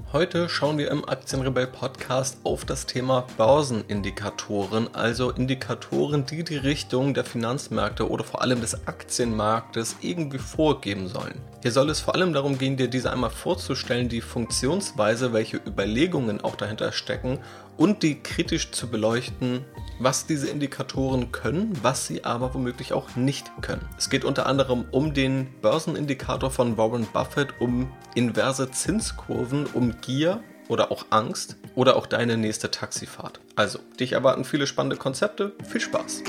Heute schauen wir im Aktienrebell Podcast auf das Thema Börsenindikatoren, also Indikatoren, die die Richtung der Finanzmärkte oder vor allem des Aktienmarktes irgendwie vorgeben sollen. Hier soll es vor allem darum gehen, dir diese einmal vorzustellen, die Funktionsweise, welche Überlegungen auch dahinter stecken und die kritisch zu beleuchten, was diese Indikatoren können, was sie aber womöglich auch nicht können. Es geht unter anderem um den Börsenindikator von Warren Buffett, um inverse Zinskurven, um Gier oder auch Angst oder auch deine nächste Taxifahrt. Also, dich erwarten viele spannende Konzepte. Viel Spaß!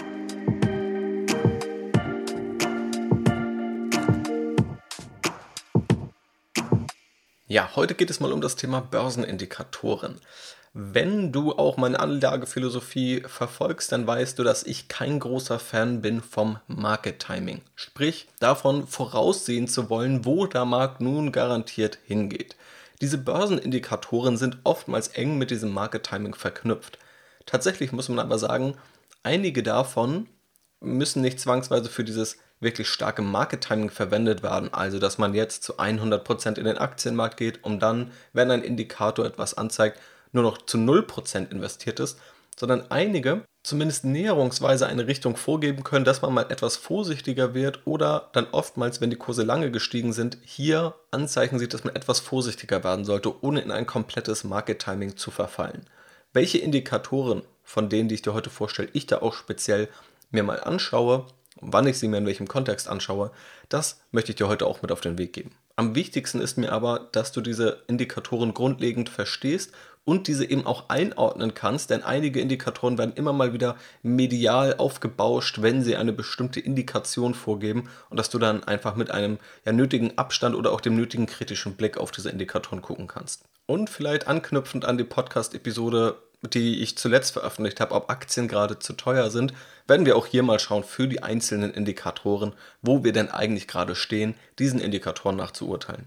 Ja, heute geht es mal um das Thema Börsenindikatoren. Wenn du auch meine Anlagephilosophie verfolgst, dann weißt du, dass ich kein großer Fan bin vom Market Timing. Sprich, davon voraussehen zu wollen, wo der Markt nun garantiert hingeht. Diese Börsenindikatoren sind oftmals eng mit diesem Market Timing verknüpft. Tatsächlich muss man aber sagen, einige davon müssen nicht zwangsweise für dieses wirklich starke Market Timing verwendet werden, also dass man jetzt zu 100% in den Aktienmarkt geht, um dann, wenn ein Indikator etwas anzeigt, nur noch zu 0% investiert ist, sondern einige zumindest näherungsweise eine Richtung vorgeben können, dass man mal etwas vorsichtiger wird oder dann oftmals, wenn die Kurse lange gestiegen sind, hier Anzeichen sieht, dass man etwas vorsichtiger werden sollte, ohne in ein komplettes Market Timing zu verfallen. Welche Indikatoren von denen, die ich dir heute vorstelle, ich da auch speziell mir mal anschaue, wann ich sie mir in welchem Kontext anschaue, das möchte ich dir heute auch mit auf den Weg geben. Am wichtigsten ist mir aber, dass du diese Indikatoren grundlegend verstehst und diese eben auch einordnen kannst, denn einige Indikatoren werden immer mal wieder medial aufgebauscht, wenn sie eine bestimmte Indikation vorgeben und dass du dann einfach mit einem nötigen Abstand oder auch dem nötigen kritischen Blick auf diese Indikatoren gucken kannst. Und vielleicht anknüpfend an die Podcast-Episode, die ich zuletzt veröffentlicht habe, ob Aktien gerade zu teuer sind, werden wir auch hier mal schauen für die einzelnen Indikatoren, wo wir denn eigentlich gerade stehen, diesen Indikatoren nach zu urteilen.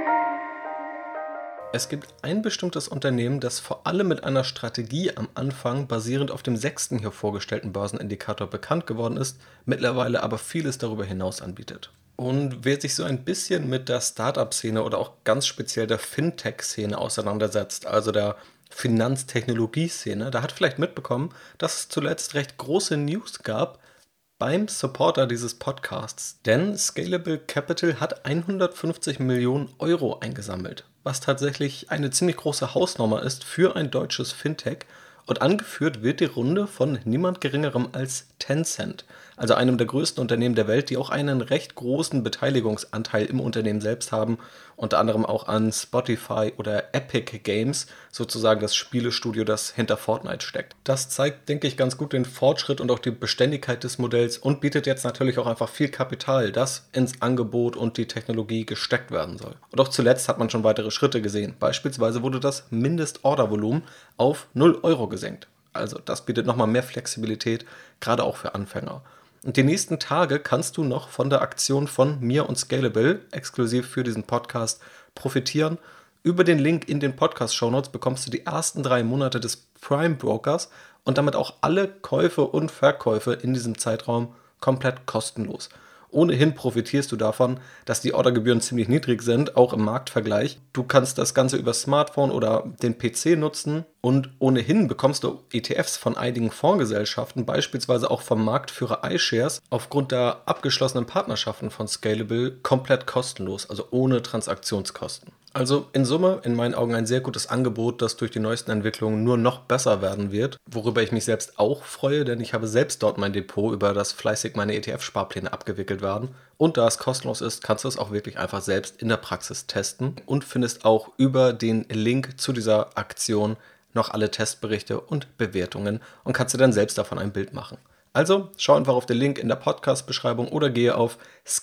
Es gibt ein bestimmtes Unternehmen, das vor allem mit einer Strategie am Anfang basierend auf dem 6. hier vorgestellten Börsenindikator bekannt geworden ist, mittlerweile aber vieles darüber hinaus anbietet. Und wer sich so ein bisschen mit der Startup-Szene oder auch ganz speziell der Fintech-Szene auseinandersetzt, also der Finanztechnologie-Szene, der hat vielleicht mitbekommen, dass es zuletzt recht große News gab beim Supporter dieses Podcasts. Denn Scalable Capital hat 150 Millionen Euro eingesammelt, was tatsächlich eine ziemlich große Hausnummer ist für ein deutsches Fintech. Und angeführt wird die Runde von niemand Geringerem als Tencent, also einem der größten Unternehmen der Welt, die auch einen recht großen Beteiligungsanteil im Unternehmen selbst haben, unter anderem auch an Spotify oder Epic Games, sozusagen das Spielestudio, das hinter Fortnite steckt. Das zeigt, denke ich, ganz gut den Fortschritt und auch die Beständigkeit des Modells und bietet jetzt natürlich auch einfach viel Kapital, das ins Angebot und die Technologie gesteckt werden soll. Und auch zuletzt hat man schon weitere Schritte gesehen. Beispielsweise wurde das Mindestordervolumen auf 0 Euro gesenkt. Also das bietet nochmal mehr Flexibilität, gerade auch für Anfänger. Und die nächsten Tage kannst du noch von der Aktion von mir und Scalable, exklusiv für diesen Podcast, profitieren. Über den Link in den Podcast-Shownotes bekommst du die ersten 3 Monate des Prime Brokers und damit auch alle Käufe und Verkäufe in diesem Zeitraum komplett kostenlos. Ohnehin profitierst du davon, dass die Ordergebühren ziemlich niedrig sind, auch im Marktvergleich. Du kannst das Ganze über Smartphone oder den PC nutzen und ohnehin bekommst du ETFs von einigen Fondsgesellschaften, beispielsweise auch vom Marktführer iShares, aufgrund der abgeschlossenen Partnerschaften von Scalable komplett kostenlos, also ohne Transaktionskosten. Also in Summe in meinen Augen ein sehr gutes Angebot, das durch die neuesten Entwicklungen nur noch besser werden wird, worüber ich mich selbst auch freue, denn ich habe selbst dort mein Depot, über das fleißig meine ETF-Sparpläne abgewickelt werden. Und da es kostenlos ist, kannst du es auch wirklich einfach selbst in der Praxis testen und findest auch über den Link zu dieser Aktion noch alle Testberichte und Bewertungen und kannst dir dann selbst davon ein Bild machen. Also schau einfach auf den Link in der Podcast-Beschreibung oder gehe auf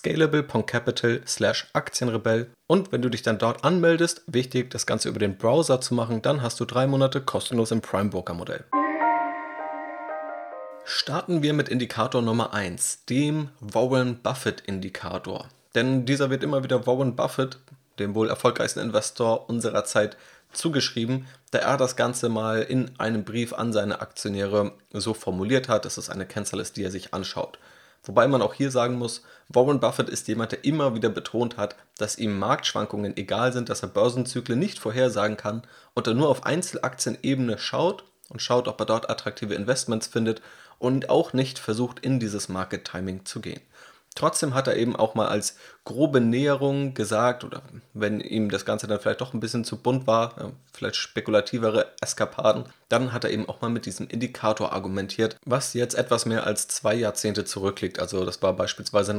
scalable.capital/Aktienrebell und wenn du dich dann dort anmeldest, wichtig, das Ganze über den Browser zu machen, dann hast du 3 Monate kostenlos im Prime Broker Modell. Starten wir mit Indikator Nummer 1, dem Warren Buffett Indikator. Denn dieser wird immer wieder Warren Buffett, dem wohl erfolgreichsten Investor unserer Zeit, zugeschrieben, da er das Ganze mal in einem Brief an seine Aktionäre so formuliert hat. Das ist eine Kennzahl, die er sich anschaut. Wobei man auch hier sagen muss, Warren Buffett ist jemand, der immer wieder betont hat, dass ihm Marktschwankungen egal sind, dass er Börsenzyklen nicht vorhersagen kann und er nur auf Einzelaktienebene schaut und schaut, ob er dort attraktive Investments findet und auch nicht versucht, in dieses Market Timing zu gehen. Trotzdem hat er eben auch mal als grobe Näherung gesagt, oder wenn ihm das Ganze dann vielleicht doch ein bisschen zu bunt war, vielleicht spekulativere Eskapaden, dann hat er eben auch mal mit diesem Indikator argumentiert, was jetzt etwas mehr als 2 Jahrzehnte zurückliegt. Also das war beispielsweise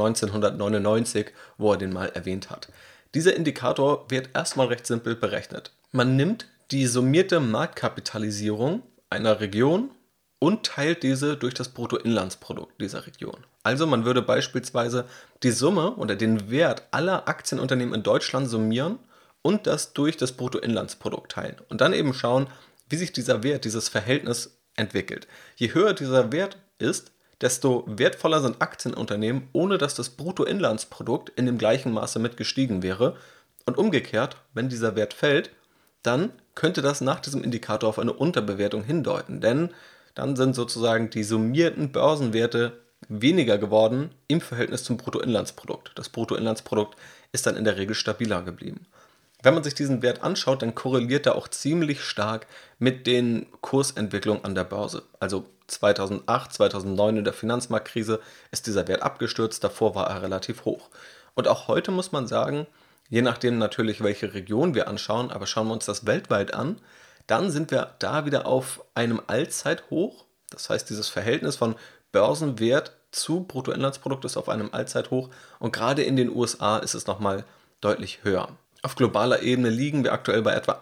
1999, wo er den mal erwähnt hat. Dieser Indikator wird erstmal recht simpel berechnet. Man nimmt die summierte Marktkapitalisierung einer Region und teilt diese durch das Bruttoinlandsprodukt dieser Region. Also man würde beispielsweise die Summe oder den Wert aller Aktienunternehmen in Deutschland summieren und das durch das Bruttoinlandsprodukt teilen. Und dann eben schauen, wie sich dieser Wert, dieses Verhältnis entwickelt. Je höher dieser Wert ist, desto wertvoller sind Aktienunternehmen, ohne dass das Bruttoinlandsprodukt in dem gleichen Maße mit gestiegen wäre. Und umgekehrt, wenn dieser Wert fällt, dann könnte das nach diesem Indikator auf eine Unterbewertung hindeuten. Denn dann sind sozusagen die summierten Börsenwerte weniger geworden im Verhältnis zum Bruttoinlandsprodukt. Das Bruttoinlandsprodukt ist dann in der Regel stabiler geblieben. Wenn man sich diesen Wert anschaut, dann korreliert er auch ziemlich stark mit den Kursentwicklungen an der Börse. Also 2008, 2009 in der Finanzmarktkrise ist dieser Wert abgestürzt, davor war er relativ hoch. Und auch heute muss man sagen, je nachdem natürlich, welche Region wir anschauen, aber schauen wir uns das weltweit an, dann sind wir da wieder auf einem Allzeithoch. Das heißt, dieses Verhältnis von Börsenwert zu Bruttoinlandsprodukt ist auf einem Allzeithoch und gerade in den USA ist es nochmal deutlich höher. Auf globaler Ebene liegen wir aktuell bei etwa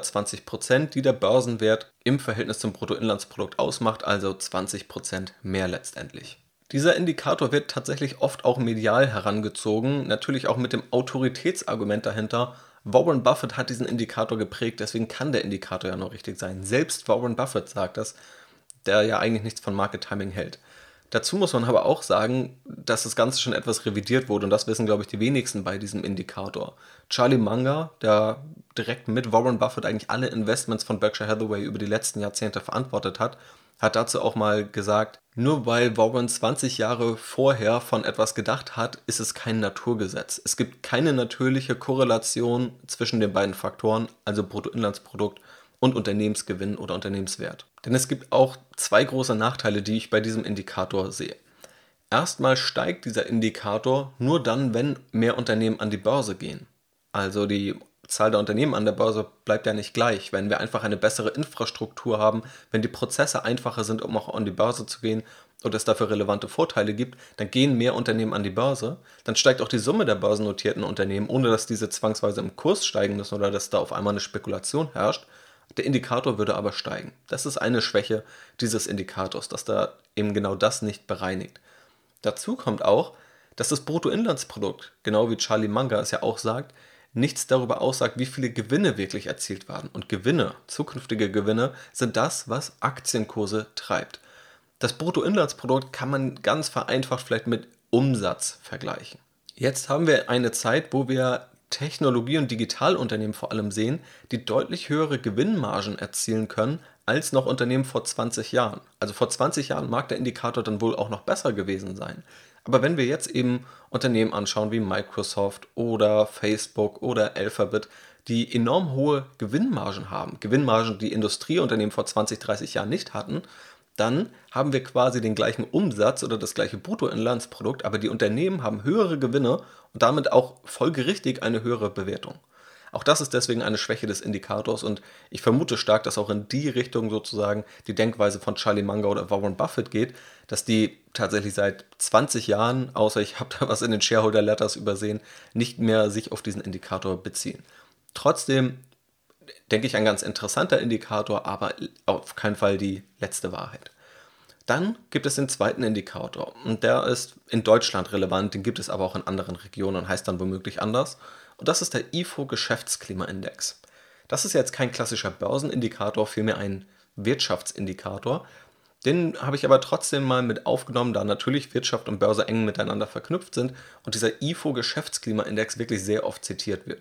120%, die der Börsenwert im Verhältnis zum Bruttoinlandsprodukt ausmacht, also 20% mehr letztendlich. Dieser Indikator wird tatsächlich oft auch medial herangezogen, natürlich auch mit dem Autoritätsargument dahinter. Warren Buffett hat diesen Indikator geprägt, deswegen kann der Indikator ja nur richtig sein. Selbst Warren Buffett sagt das, der ja eigentlich nichts von Market Timing hält. Dazu muss man aber auch sagen, dass das Ganze schon etwas revidiert wurde und das wissen, glaube ich, die wenigsten bei diesem Indikator. Charlie Munger, der direkt mit Warren Buffett eigentlich alle Investments von Berkshire Hathaway über die letzten Jahrzehnte verantwortet hat, hat dazu auch mal gesagt, nur weil Warren 20 Jahre vorher von etwas gedacht hat, ist es kein Naturgesetz. Es gibt keine natürliche Korrelation zwischen den beiden Faktoren, also Bruttoinlandsprodukt und Unternehmensgewinn oder Unternehmenswert. Denn es gibt auch 2 große Nachteile, die ich bei diesem Indikator sehe. Erstmal steigt dieser Indikator nur dann, wenn mehr Unternehmen an die Börse gehen. Also die Zahl der Unternehmen an der Börse bleibt ja nicht gleich. Wenn wir einfach eine bessere Infrastruktur haben, wenn die Prozesse einfacher sind, um auch an die Börse zu gehen und es dafür relevante Vorteile gibt, dann gehen mehr Unternehmen an die Börse. Dann steigt auch die Summe der börsennotierten Unternehmen, ohne dass diese zwangsweise im Kurs steigen müssen oder dass da auf einmal eine Spekulation herrscht. Der Indikator würde aber steigen. Das ist eine Schwäche dieses Indikators, dass da eben genau das nicht bereinigt. Dazu kommt auch, dass das Bruttoinlandsprodukt, genau wie Charlie Munger es ja auch sagt, nichts darüber aussagt, wie viele Gewinne wirklich erzielt werden. Und Gewinne, zukünftige Gewinne, sind das, was Aktienkurse treibt. Das Bruttoinlandsprodukt kann man ganz vereinfacht vielleicht mit Umsatz vergleichen. Jetzt haben wir eine Zeit, wo wir Technologie- und Digitalunternehmen vor allem sehen, die deutlich höhere Gewinnmargen erzielen können als noch Unternehmen vor 20 Jahren. Also vor 20 Jahren mag der Indikator dann wohl auch noch besser gewesen sein. Aber wenn wir jetzt eben Unternehmen anschauen wie Microsoft oder Facebook oder Alphabet, die enorm hohe Gewinnmargen haben, Gewinnmargen, die Industrieunternehmen vor 20, 30 Jahren nicht hatten, dann haben wir quasi den gleichen Umsatz oder das gleiche Bruttoinlandsprodukt, aber die Unternehmen haben höhere Gewinne und damit auch folgerichtig eine höhere Bewertung. Auch das ist deswegen eine Schwäche des Indikators und ich vermute stark, dass auch in die Richtung sozusagen die Denkweise von Charlie Munger oder Warren Buffett geht, dass die tatsächlich seit 20 Jahren, außer ich habe da was in den Shareholder Letters übersehen, nicht mehr sich auf diesen Indikator beziehen. Trotzdem denke ich, ein ganz interessanter Indikator, aber auf keinen Fall die letzte Wahrheit. Dann gibt es den zweiten Indikator und der ist in Deutschland relevant, den gibt es aber auch in anderen Regionen und heißt dann womöglich anders. Und das ist der IFO Geschäftsklimaindex. Das ist jetzt kein klassischer Börsenindikator, vielmehr ein Wirtschaftsindikator. Den habe ich aber trotzdem mal mit aufgenommen, da natürlich Wirtschaft und Börse eng miteinander verknüpft sind und dieser IFO Geschäftsklimaindex wirklich sehr oft zitiert wird.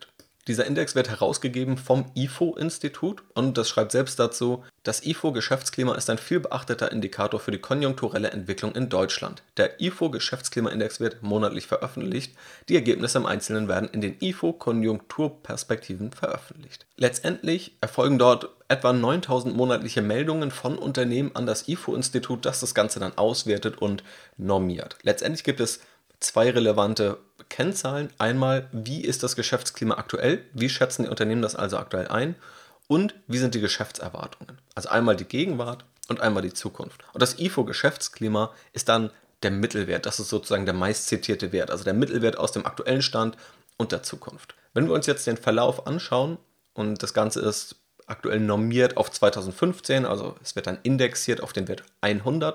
Dieser Index wird herausgegeben vom IFO-Institut und das schreibt selbst dazu: Das IFO-Geschäftsklima ist ein viel beachteter Indikator für die konjunkturelle Entwicklung in Deutschland. Der IFO-Geschäftsklimaindex wird monatlich veröffentlicht. Die Ergebnisse im Einzelnen werden in den IFO-Konjunkturperspektiven veröffentlicht. Letztendlich erfolgen dort etwa 9000 monatliche Meldungen von Unternehmen an das IFO-Institut, das das Ganze dann auswertet und normiert. Letztendlich gibt es zwei relevante Kennzahlen. Einmal, wie ist das Geschäftsklima aktuell? Wie schätzen die Unternehmen das also aktuell ein? Und wie sind die Geschäftserwartungen? Also einmal die Gegenwart und einmal die Zukunft. Und das IFO-Geschäftsklima ist dann der Mittelwert. Das ist sozusagen der meistzitierte Wert, also der Mittelwert aus dem aktuellen Stand und der Zukunft. Wenn wir uns jetzt den Verlauf anschauen, und das Ganze ist aktuell normiert auf 2015, also es wird dann indexiert auf den Wert 100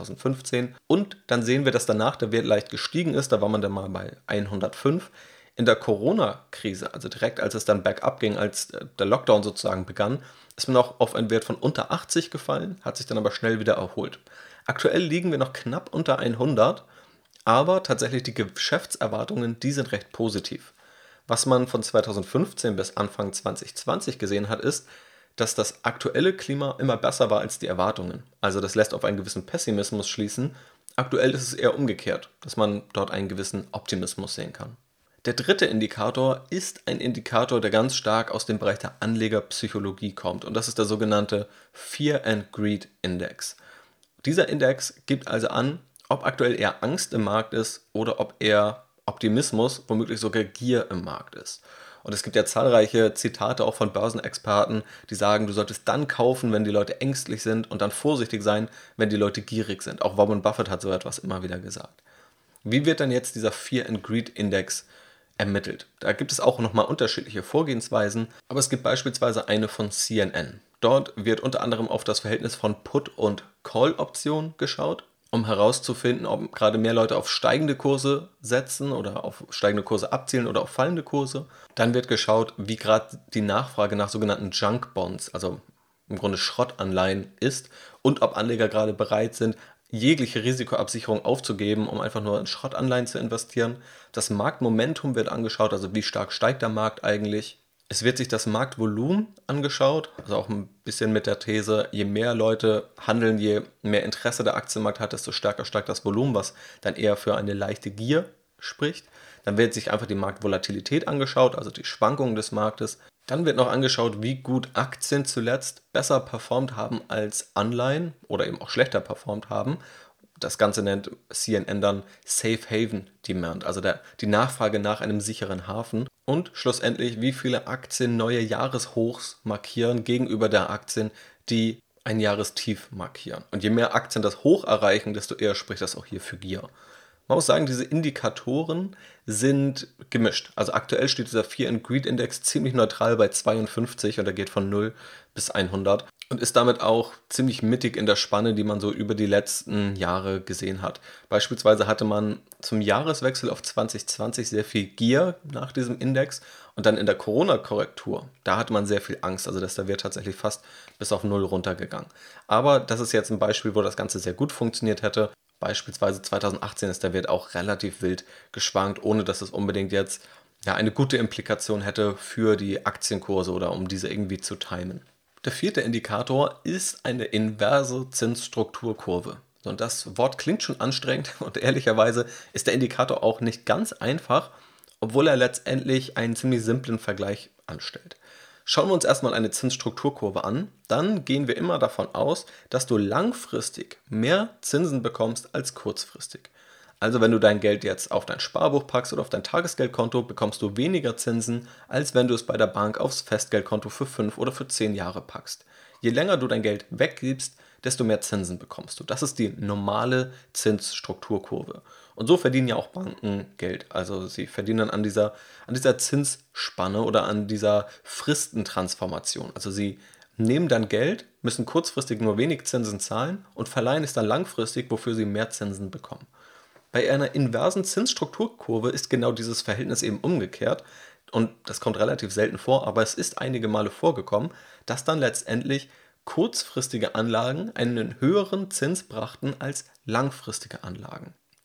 2015 und dann sehen wir, dass danach der Wert leicht gestiegen ist, da war man dann mal bei 105. In der Corona-Krise, also direkt als es dann bergab ging, als der Lockdown sozusagen begann, ist man auch auf einen Wert von unter 80 gefallen, hat sich dann aber schnell wieder erholt. Aktuell liegen wir noch knapp unter 100, aber tatsächlich die Geschäftserwartungen, die sind recht positiv. Was man von 2015 bis Anfang 2020 gesehen hat, ist, dass das aktuelle Klima immer besser war als die Erwartungen. Also das lässt auf einen gewissen Pessimismus schließen. Aktuell ist es eher umgekehrt, dass man dort einen gewissen Optimismus sehen kann. Der dritte Indikator ist ein Indikator, der ganz stark aus dem Bereich der Anlegerpsychologie kommt. Und das ist der sogenannte Fear and Greed Index. Dieser Index gibt also an, ob aktuell eher Angst im Markt ist oder ob eher Optimismus, womöglich sogar Gier im Markt ist. Und es gibt ja zahlreiche Zitate auch von Börsenexperten, die sagen, du solltest dann kaufen, wenn die Leute ängstlich sind und dann vorsichtig sein, wenn die Leute gierig sind. Auch Warren Buffett hat so etwas immer wieder gesagt. Wie wird dann jetzt dieser Fear and Greed Index ermittelt? Da gibt es auch nochmal unterschiedliche Vorgehensweisen, aber es gibt beispielsweise eine von CNN. Dort wird unter anderem auf das Verhältnis von Put- und Call-Optionen geschaut, um herauszufinden, ob gerade mehr Leute auf steigende Kurse setzen oder auf steigende Kurse abzielen oder auf fallende Kurse. Dann wird geschaut, wie gerade die Nachfrage nach sogenannten Junk Bonds, also im Grunde Schrottanleihen ist und ob Anleger gerade bereit sind, jegliche Risikoabsicherung aufzugeben, um einfach nur in Schrottanleihen zu investieren. Das Marktmomentum wird angeschaut, also wie stark steigt der Markt eigentlich. Es wird sich das Marktvolumen angeschaut, also auch ein bisschen mit der These, je mehr Leute handeln, je mehr Interesse der Aktienmarkt hat, desto stärker steigt das Volumen, was dann eher für eine leichte Gier spricht. Dann wird sich einfach die Marktvolatilität angeschaut, also die Schwankungen des Marktes. Dann wird noch angeschaut, wie gut Aktien zuletzt besser performt haben als Anleihen oder eben auch schlechter performt haben. Das Ganze nennt CNN dann Safe Haven Demand, also die Nachfrage nach einem sicheren Hafen. Und schlussendlich, wie viele Aktien neue Jahreshochs markieren gegenüber der Aktien, die ein Jahrestief markieren. Und je mehr Aktien das Hoch erreichen, desto eher spricht das auch hier für Gier. Man muss sagen, diese Indikatoren sind gemischt. Also aktuell steht dieser Fear and Greed Index ziemlich neutral bei 52 und er geht von 0 bis 100 und ist damit auch ziemlich mittig in der Spanne, die man so über die letzten Jahre gesehen hat. Beispielsweise hatte man zum Jahreswechsel auf 2020 sehr viel Gier nach diesem Index und dann in der Corona-Korrektur, da hatte man sehr viel Angst, also dass der Wert tatsächlich fast bis auf 0 runtergegangen. Aber das ist jetzt ein Beispiel, wo das Ganze sehr gut funktioniert hätte. Beispielsweise 2018 ist der Wert auch relativ wild geschwankt, ohne dass es unbedingt jetzt eine gute Implikation hätte für die Aktienkurse oder um diese irgendwie zu timen. Der vierte Indikator ist eine inverse Zinsstrukturkurve. Und das Wort klingt schon anstrengend und ehrlicherweise ist der Indikator auch nicht ganz einfach, obwohl er letztendlich einen ziemlich simplen Vergleich anstellt. Schauen wir uns erstmal eine Zinsstrukturkurve an, dann gehen wir immer davon aus, dass du langfristig mehr Zinsen bekommst als kurzfristig. Also wenn du dein Geld jetzt auf dein Sparbuch packst oder auf dein Tagesgeldkonto, bekommst du weniger Zinsen, als wenn du es bei der Bank aufs Festgeldkonto für 5 oder für 10 Jahre packst. Je länger du dein Geld weggibst, desto mehr Zinsen bekommst du. Das ist die normale Zinsstrukturkurve. Und so verdienen ja auch Banken Geld. Also sie verdienen an dieser Zinsspanne oder an dieser Fristentransformation. Also sie nehmen dann Geld, müssen kurzfristig nur wenig Zinsen zahlen und verleihen es dann langfristig, wofür sie mehr Zinsen bekommen. Bei einer inversen Zinsstrukturkurve ist genau dieses Verhältnis eben umgekehrt. Und das kommt relativ selten vor, aber es ist einige Male vorgekommen, dass dann letztendlich kurzfristige Anlagen einen höheren Zins brachten als langfristige Anlagen.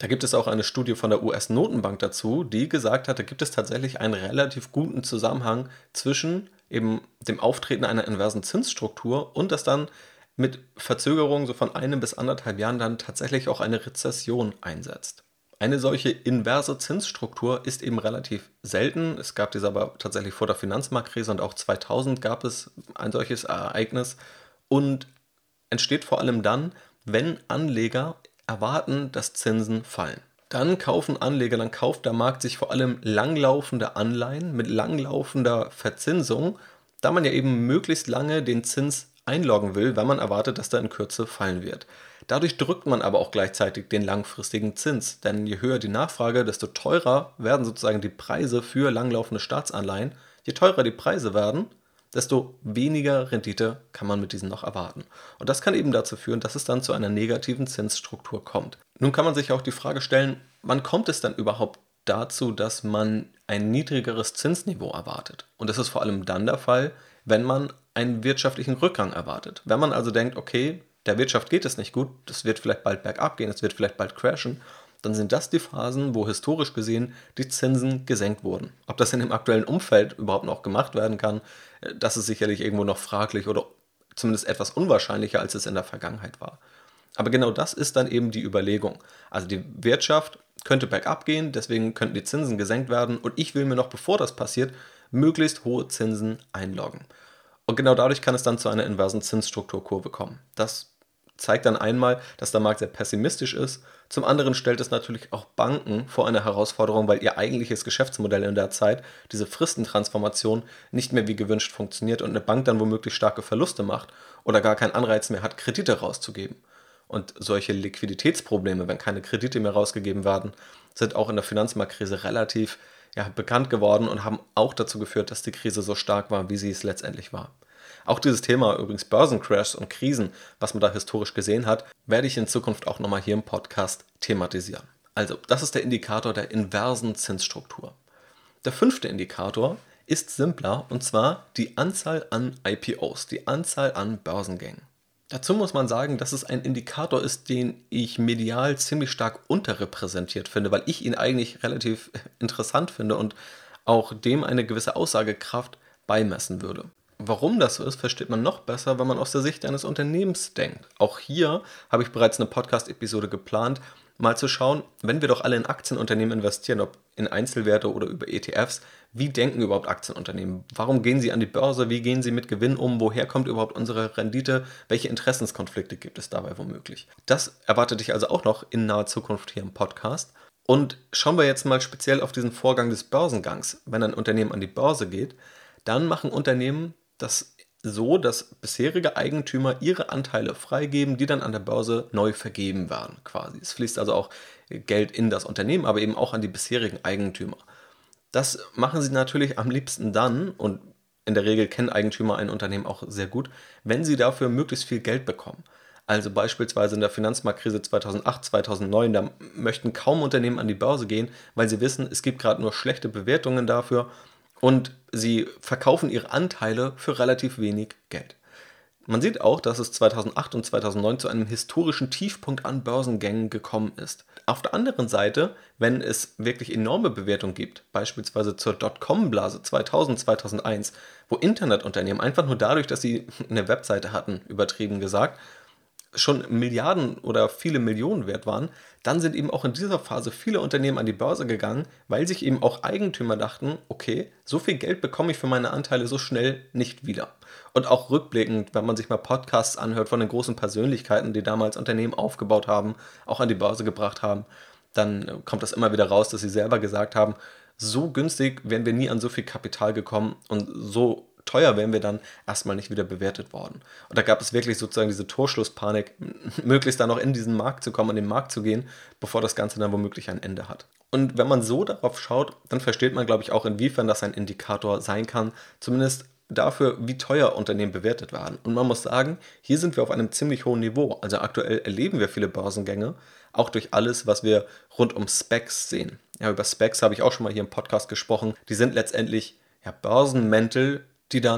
Da gibt es auch eine Studie von der US-Notenbank dazu, die gesagt hat, da gibt es tatsächlich einen relativ guten Zusammenhang zwischen eben dem Auftreten einer inversen Zinsstruktur und dass dann mit Verzögerung so von 1 bis 1,5 Jahren dann tatsächlich auch eine Rezession einsetzt. Eine solche inverse Zinsstruktur ist eben relativ selten. Es gab diese aber tatsächlich vor der Finanzmarktkrise und auch 2000 gab es ein solches Ereignis und entsteht vor allem dann, wenn Anleger erwarten, dass Zinsen fallen. Dann kaufen Anleger, dann kauft der Markt sich vor allem langlaufende Anleihen mit langlaufender Verzinsung, da man ja eben möglichst lange den Zins einloggen will, wenn man erwartet, dass der in Kürze fallen wird. Dadurch drückt man aber auch gleichzeitig den langfristigen Zins, denn je höher die Nachfrage, desto teurer werden sozusagen die Preise für langlaufende Staatsanleihen. Je teurer die Preise werden, desto weniger Rendite kann man mit diesen noch erwarten. Und das kann eben dazu führen, dass es dann zu einer negativen Zinsstruktur kommt. Nun kann man sich auch die Frage stellen, wann kommt es dann überhaupt dazu, dass man ein niedrigeres Zinsniveau erwartet? Und das ist vor allem dann der Fall, wenn man einen wirtschaftlichen Rückgang erwartet. Wenn man also denkt, okay, der Wirtschaft geht es nicht gut, es wird vielleicht bald bergab gehen, es wird vielleicht bald crashen, dann sind das die Phasen, wo historisch gesehen die Zinsen gesenkt wurden. Ob das in dem aktuellen Umfeld überhaupt noch gemacht werden kann, das ist sicherlich irgendwo noch fraglich oder zumindest etwas unwahrscheinlicher, als es in der Vergangenheit war. Aber genau das ist dann eben die Überlegung. Also die Wirtschaft könnte bergab gehen, deswegen könnten die Zinsen gesenkt werden und ich will mir noch, bevor das passiert, möglichst hohe Zinsen einloggen. Und genau dadurch kann es dann zu einer inversen Zinsstrukturkurve kommen. Das zeigt dann einmal, dass der Markt sehr pessimistisch ist. Zum anderen stellt es natürlich auch Banken vor eine Herausforderung, weil ihr eigentliches Geschäftsmodell in der Zeit, diese Fristentransformation, nicht mehr wie gewünscht funktioniert und eine Bank dann womöglich starke Verluste macht oder gar keinen Anreiz mehr hat, Kredite rauszugeben. Und solche Liquiditätsprobleme, wenn keine Kredite mehr rausgegeben werden, sind auch in der Finanzmarktkrise relativ bekannt geworden und haben auch dazu geführt, dass die Krise so stark war, wie sie es letztendlich war. Auch dieses Thema übrigens Börsencrashs und Krisen, was man da historisch gesehen hat, werde ich in Zukunft auch nochmal hier im Podcast thematisieren. Also, das ist der Indikator der inversen Zinsstruktur. Der 5. Indikator ist simpler und zwar die Anzahl an IPOs, die Anzahl an Börsengängen. Dazu muss man sagen, dass es ein Indikator ist, den ich medial ziemlich stark unterrepräsentiert finde, weil ich ihn eigentlich relativ interessant finde und auch dem eine gewisse Aussagekraft beimessen würde. Warum das so ist, versteht man noch besser, wenn man aus der Sicht eines Unternehmens denkt. Auch hier habe ich bereits eine Podcast-Episode geplant, mal zu schauen, wenn wir doch alle in Aktienunternehmen investieren, ob in Einzelwerte oder über ETFs, wie denken überhaupt Aktienunternehmen? Warum gehen sie an die Börse? Wie gehen sie mit Gewinn um? Woher kommt überhaupt unsere Rendite? Welche Interessenskonflikte gibt es dabei womöglich? Das erwartet dich also auch noch in naher Zukunft hier im Podcast. Und schauen wir jetzt mal speziell auf diesen Vorgang des Börsengangs. Wenn ein Unternehmen an die Börse geht, dann machen Unternehmen das so, dass bisherige Eigentümer ihre Anteile freigeben, die dann an der Börse neu vergeben werden quasi. Es fließt also auch Geld in das Unternehmen, aber eben auch an die bisherigen Eigentümer. Das machen sie natürlich am liebsten dann, und in der Regel kennen Eigentümer ein Unternehmen auch sehr gut, wenn sie dafür möglichst viel Geld bekommen. Also beispielsweise in der Finanzmarktkrise 2008, 2009, da möchten kaum Unternehmen an die Börse gehen, weil sie wissen, es gibt gerade nur schlechte Bewertungen dafür und sie verkaufen ihre Anteile für relativ wenig Geld. Man sieht auch, dass es 2008 und 2009 zu einem historischen Tiefpunkt an Börsengängen gekommen ist. Auf der anderen Seite, wenn es wirklich enorme Bewertungen gibt, beispielsweise zur Dotcom-Blase 2000, 2001, wo Internetunternehmen einfach nur dadurch, dass sie eine Webseite hatten, übertrieben gesagt, schon Milliarden oder viele Millionen wert waren, dann sind eben auch in dieser Phase viele Unternehmen an die Börse gegangen, weil sich eben auch Eigentümer dachten, okay, so viel Geld bekomme ich für meine Anteile so schnell nicht wieder. Und auch rückblickend, wenn man sich mal Podcasts anhört von den großen Persönlichkeiten, die damals Unternehmen aufgebaut haben, auch an die Börse gebracht haben, dann kommt das immer wieder raus, dass sie selber gesagt haben, so günstig wären wir nie an so viel Kapital gekommen und so teuer wären wir dann erstmal nicht wieder bewertet worden. Und da gab es wirklich sozusagen diese Torschlusspanik, möglichst dann noch in diesen Markt zu kommen, an den Markt zu gehen, bevor das Ganze dann womöglich ein Ende hat. Und wenn man so darauf schaut, dann versteht man, glaube ich, auch, inwiefern das ein Indikator sein kann, zumindest dafür, wie teuer Unternehmen bewertet werden. Und man muss sagen, hier sind wir auf einem ziemlich hohen Niveau. Also aktuell erleben wir viele Börsengänge, auch durch alles, was wir rund um Specs sehen. Ja, über Specs habe ich auch schon mal hier im Podcast gesprochen. Die sind letztendlich Börsenmäntel, die dann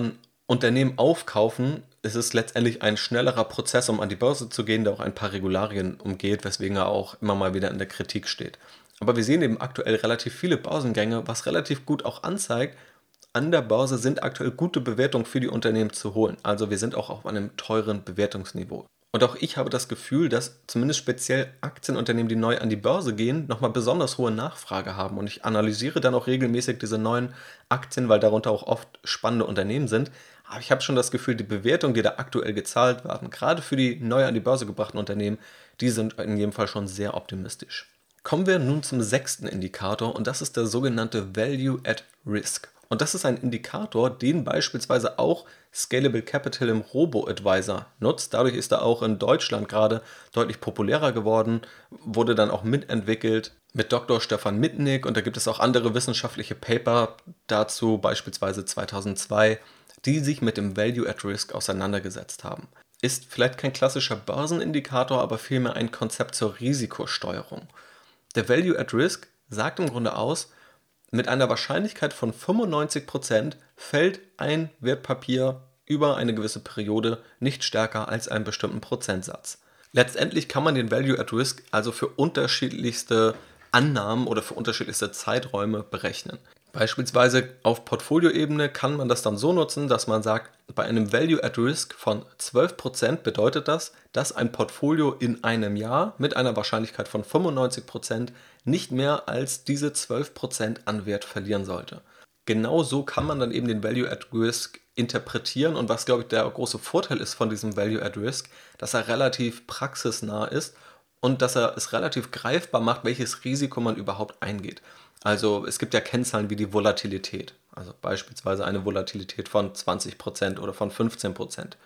Unternehmen aufkaufen, ist es letztendlich ein schnellerer Prozess, um an die Börse zu gehen, der auch ein paar Regularien umgeht, weswegen er auch immer mal wieder in der Kritik steht. Aber wir sehen eben aktuell relativ viele Börsengänge, was relativ gut auch anzeigt, an der Börse sind aktuell gute Bewertungen für die Unternehmen zu holen. Also wir sind auch auf einem teuren Bewertungsniveau. Und auch ich habe das Gefühl, dass zumindest speziell Aktienunternehmen, die neu an die Börse gehen, nochmal besonders hohe Nachfrage haben. Und ich analysiere dann auch regelmäßig diese neuen Aktien, weil darunter auch oft spannende Unternehmen sind. Aber ich habe schon das Gefühl, die Bewertungen, die da aktuell gezahlt werden, gerade für die neu an die Börse gebrachten Unternehmen, die sind in jedem Fall schon sehr optimistisch. Kommen wir nun zum sechsten Indikator und das ist der sogenannte Value at Risk. Und das ist ein Indikator, den beispielsweise auch Scalable Capital im Robo-Advisor nutzt. Dadurch ist er auch in Deutschland gerade deutlich populärer geworden, wurde dann auch mitentwickelt mit Dr. Stefan Mitnick und da gibt es auch andere wissenschaftliche Paper dazu, beispielsweise 2002, die sich mit dem Value at Risk auseinandergesetzt haben. Ist vielleicht kein klassischer Börsenindikator, aber vielmehr ein Konzept zur Risikosteuerung. Der Value at Risk sagt im Grunde aus, mit einer Wahrscheinlichkeit von 95% fällt ein Wertpapier über eine gewisse Periode nicht stärker als einen bestimmten Prozentsatz. Letztendlich kann man den Value at Risk also für unterschiedlichste Annahmen oder für unterschiedlichste Zeiträume berechnen. Beispielsweise auf Portfolioebene kann man das dann so nutzen, dass man sagt, bei einem Value at Risk von 12% bedeutet das, dass ein Portfolio in einem Jahr mit einer Wahrscheinlichkeit von 95% nicht mehr als diese 12% an Wert verlieren sollte. Genau so kann man dann eben den Value at Risk interpretieren und was, glaube ich, der große Vorteil ist von diesem Value at Risk, dass er relativ praxisnah ist und dass er es relativ greifbar macht, welches Risiko man überhaupt eingeht. Also es gibt ja Kennzahlen wie die Volatilität, also beispielsweise eine Volatilität von 20% oder von 15%.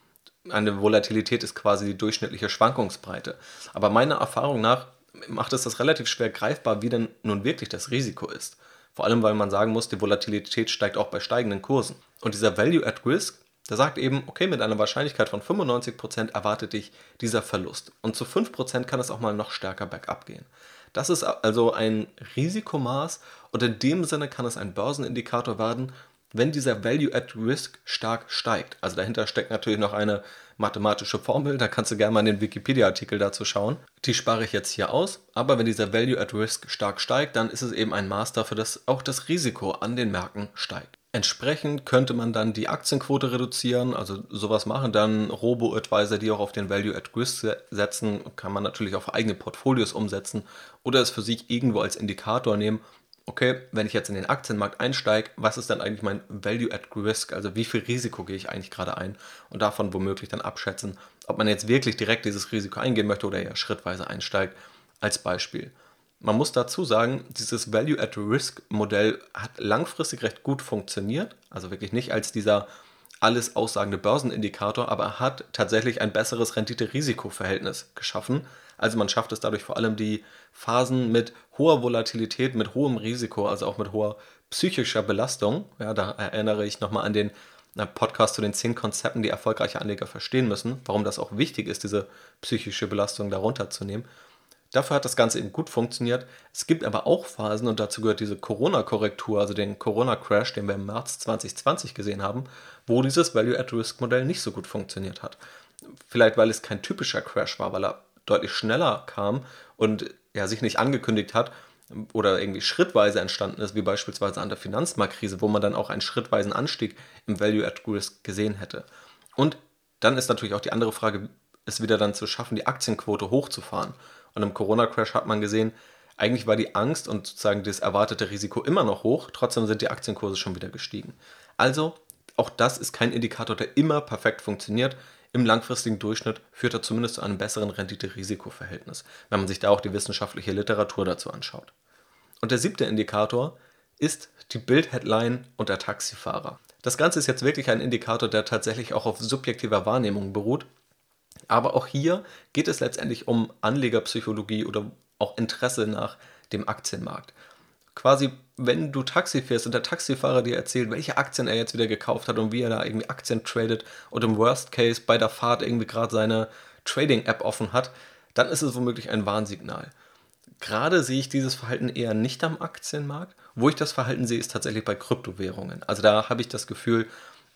Eine Volatilität ist quasi die durchschnittliche Schwankungsbreite. Aber meiner Erfahrung nach macht es das relativ schwer greifbar, wie denn nun wirklich das Risiko ist. Vor allem, weil man sagen muss, die Volatilität steigt auch bei steigenden Kursen. Und dieser Value at Risk, der sagt eben, okay, mit einer Wahrscheinlichkeit von 95% erwartet dich dieser Verlust. Und zu 5% kann es auch mal noch stärker bergab gehen. Das ist also ein Risikomaß und in dem Sinne kann es ein Börsenindikator werden, wenn dieser Value at Risk stark steigt. Also dahinter steckt natürlich noch eine mathematische Formel, da kannst du gerne mal in den Wikipedia-Artikel dazu schauen. Die spare ich jetzt hier aus, aber wenn dieser Value at Risk stark steigt, dann ist es eben ein Maß dafür, dass auch das Risiko an den Märkten steigt. Entsprechend könnte man dann die Aktienquote reduzieren, also sowas machen dann Robo-Advisor, die auch auf den Value at Risk setzen, kann man natürlich auf eigene Portfolios umsetzen oder es für sich irgendwo als Indikator nehmen. Okay, wenn ich jetzt in den Aktienmarkt einsteige, was ist dann eigentlich mein Value at Risk, also wie viel Risiko gehe ich eigentlich gerade ein und davon womöglich dann abschätzen, ob man jetzt wirklich direkt dieses Risiko eingehen möchte oder eher schrittweise einsteigt, als Beispiel. Man muss dazu sagen, dieses Value at Risk Modell hat langfristig recht gut funktioniert, also wirklich nicht als dieser alles aussagende Börsenindikator, aber hat tatsächlich ein besseres Rendite-Risiko-Verhältnis geschaffen. Also man schafft es dadurch vor allem die Phasen mit hoher Volatilität, mit hohem Risiko, also auch mit hoher psychischer Belastung. Ja, da erinnere ich nochmal an den Podcast zu den 10 Konzepten, die erfolgreiche Anleger verstehen müssen, warum das auch wichtig ist, diese psychische Belastung darunter zu nehmen. Dafür hat das Ganze eben gut funktioniert. Es gibt aber auch Phasen, und dazu gehört diese Corona-Korrektur, also den Corona-Crash, den wir im März 2020 gesehen haben, wo dieses Value-at-Risk-Modell nicht so gut funktioniert hat. Vielleicht, weil es kein typischer Crash war, weil er deutlich schneller kam und er sich nicht angekündigt hat oder irgendwie schrittweise entstanden ist, wie beispielsweise an der Finanzmarktkrise, wo man dann auch einen schrittweisen Anstieg im Value-at-Risk gesehen hätte. Und dann ist natürlich auch die andere Frage, es wieder dann zu schaffen, die Aktienquote hochzufahren. Und im Corona-Crash hat man gesehen, eigentlich war die Angst und sozusagen das erwartete Risiko immer noch hoch, trotzdem sind die Aktienkurse schon wieder gestiegen. Also, auch das ist kein Indikator, der immer perfekt funktioniert. Im langfristigen Durchschnitt führt er zumindest zu einem besseren Rendite-Risiko-Verhältnis, wenn man sich da auch die wissenschaftliche Literatur dazu anschaut. Und der 7. Indikator ist die Bild-Headline und der Taxifahrer. Das Ganze ist jetzt wirklich ein Indikator, der tatsächlich auch auf subjektiver Wahrnehmung beruht. Aber auch hier geht es letztendlich um Anlegerpsychologie oder auch Interesse nach dem Aktienmarkt. Quasi, wenn du Taxi fährst und der Taxifahrer dir erzählt, welche Aktien er jetzt wieder gekauft hat und wie er da irgendwie Aktien tradet und im Worst Case bei der Fahrt irgendwie gerade seine Trading-App offen hat, dann ist es womöglich ein Warnsignal. Gerade sehe ich dieses Verhalten eher nicht am Aktienmarkt. Wo ich das Verhalten sehe, ist tatsächlich bei Kryptowährungen. Also da habe ich das Gefühl,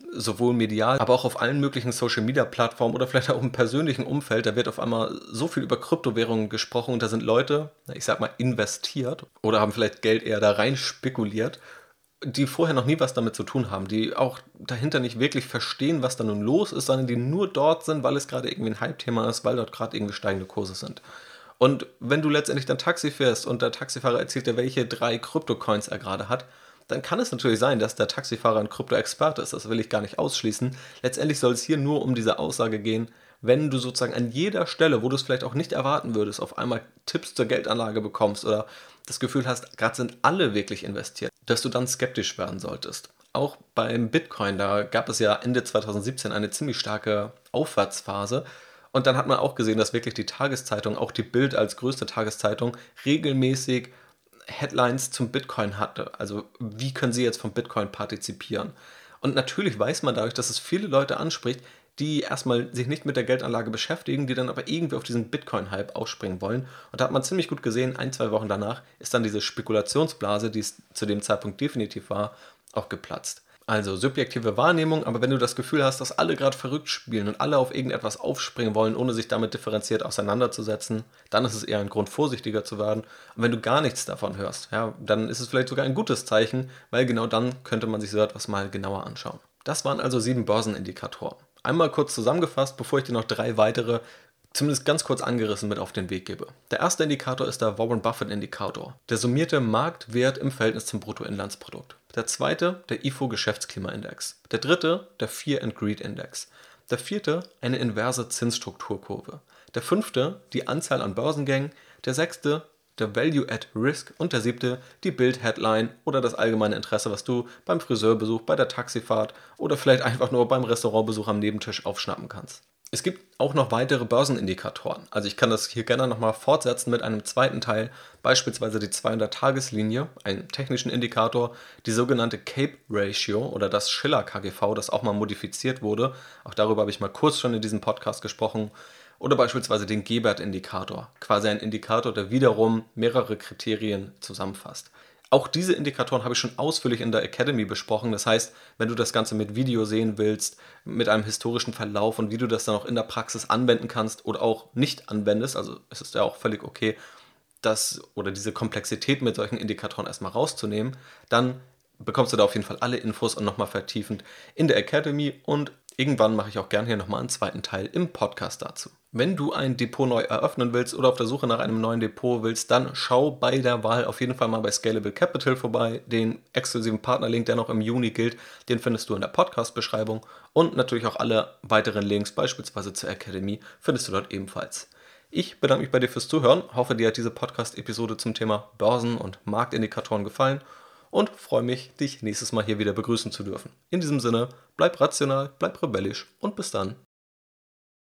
sowohl medial, aber auch auf allen möglichen Social-Media-Plattformen oder vielleicht auch im persönlichen Umfeld. Da wird auf einmal so viel über Kryptowährungen gesprochen und da sind Leute, ich sag mal, investiert oder haben vielleicht Geld eher da rein spekuliert, die vorher noch nie was damit zu tun haben, die auch dahinter nicht wirklich verstehen, was da nun los ist, sondern die nur dort sind, weil es gerade irgendwie ein Hype-Thema ist, weil dort gerade irgendwie steigende Kurse sind. Und wenn du letztendlich dann Taxi fährst und der Taxifahrer erzählt dir, welche 3 Krypto-Coins er gerade hat, dann kann es natürlich sein, dass der Taxifahrer ein Krypto-Experte ist. Das will ich gar nicht ausschließen. Letztendlich soll es hier nur um diese Aussage gehen, wenn du sozusagen an jeder Stelle, wo du es vielleicht auch nicht erwarten würdest, auf einmal Tipps zur Geldanlage bekommst oder das Gefühl hast, gerade sind alle wirklich investiert, dass du dann skeptisch werden solltest. Auch beim Bitcoin, da gab es ja Ende 2017 eine ziemlich starke Aufwärtsphase. Und dann hat man auch gesehen, dass wirklich die Tageszeitung, auch die Bild als größte Tageszeitung, regelmäßig Headlines zum Bitcoin hatte. Also wie können sie jetzt vom Bitcoin partizipieren? Und natürlich weiß man dadurch, dass es viele Leute anspricht, die erstmal sich nicht mit der Geldanlage beschäftigen, die dann aber irgendwie auf diesen Bitcoin-Hype aufspringen wollen. Und da hat man ziemlich gut gesehen, 1, 2 Wochen danach ist dann diese Spekulationsblase, die es zu dem Zeitpunkt definitiv war, auch geplatzt. Also subjektive Wahrnehmung, aber wenn du das Gefühl hast, dass alle gerade verrückt spielen und alle auf irgendetwas aufspringen wollen, ohne sich damit differenziert auseinanderzusetzen, dann ist es eher ein Grund, vorsichtiger zu werden. Und wenn du gar nichts davon hörst, ja, dann ist es vielleicht sogar ein gutes Zeichen, weil genau dann könnte man sich so etwas mal genauer anschauen. Das waren also 7 Börsenindikatoren. Einmal kurz zusammengefasst, bevor ich dir noch 3 weitere zumindest ganz kurz angerissen mit auf den Weg gebe. Der erste Indikator ist der Warren Buffett Indikator, der summierte Marktwert im Verhältnis zum Bruttoinlandsprodukt. Der zweite, der IFO Geschäftsklimaindex. Der dritte, der Fear and Greed Index. Der vierte, eine inverse Zinsstrukturkurve. Der fünfte, die Anzahl an Börsengängen. Der sechste, der Value at Risk. Und der siebte, die Bild-Headline oder das allgemeine Interesse, was du beim Friseurbesuch, bei der Taxifahrt oder vielleicht einfach nur beim Restaurantbesuch am Nebentisch aufschnappen kannst. Es gibt auch noch weitere Börsenindikatoren. Also ich kann das hier gerne nochmal fortsetzen mit einem zweiten Teil, beispielsweise die 200-Tageslinie, einen technischen Indikator, die sogenannte Cape Ratio oder das Shiller KGV, das auch mal modifiziert wurde. Auch darüber habe ich mal kurz schon in diesem Podcast gesprochen. Oder beispielsweise den Gebert-Indikator, quasi ein Indikator, der wiederum mehrere Kriterien zusammenfasst. Auch diese Indikatoren habe ich schon ausführlich in der Academy besprochen. Das heißt, wenn du das Ganze mit Video sehen willst, mit einem historischen Verlauf und wie du das dann auch in der Praxis anwenden kannst oder auch nicht anwendest, also es ist ja auch völlig okay, das oder diese Komplexität mit solchen Indikatoren erstmal rauszunehmen, dann bekommst du da auf jeden Fall alle Infos und nochmal vertiefend in der Academy und irgendwann mache ich auch gerne hier nochmal einen zweiten Teil im Podcast dazu. Wenn du ein Depot neu eröffnen willst oder auf der Suche nach einem neuen Depot willst, dann schau bei der Wahl auf jeden Fall mal bei Scalable Capital vorbei. Den exklusiven Partnerlink, der noch im Juni gilt, den findest du in der Podcast-Beschreibung und natürlich auch alle weiteren Links, beispielsweise zur Academy, findest du dort ebenfalls. Ich bedanke mich bei dir fürs Zuhören, hoffe dir hat diese Podcast-Episode zum Thema Börsen- und Marktindikatoren gefallen und freue mich, dich nächstes Mal hier wieder begrüßen zu dürfen. In diesem Sinne, bleib rational, bleib rebellisch und bis dann.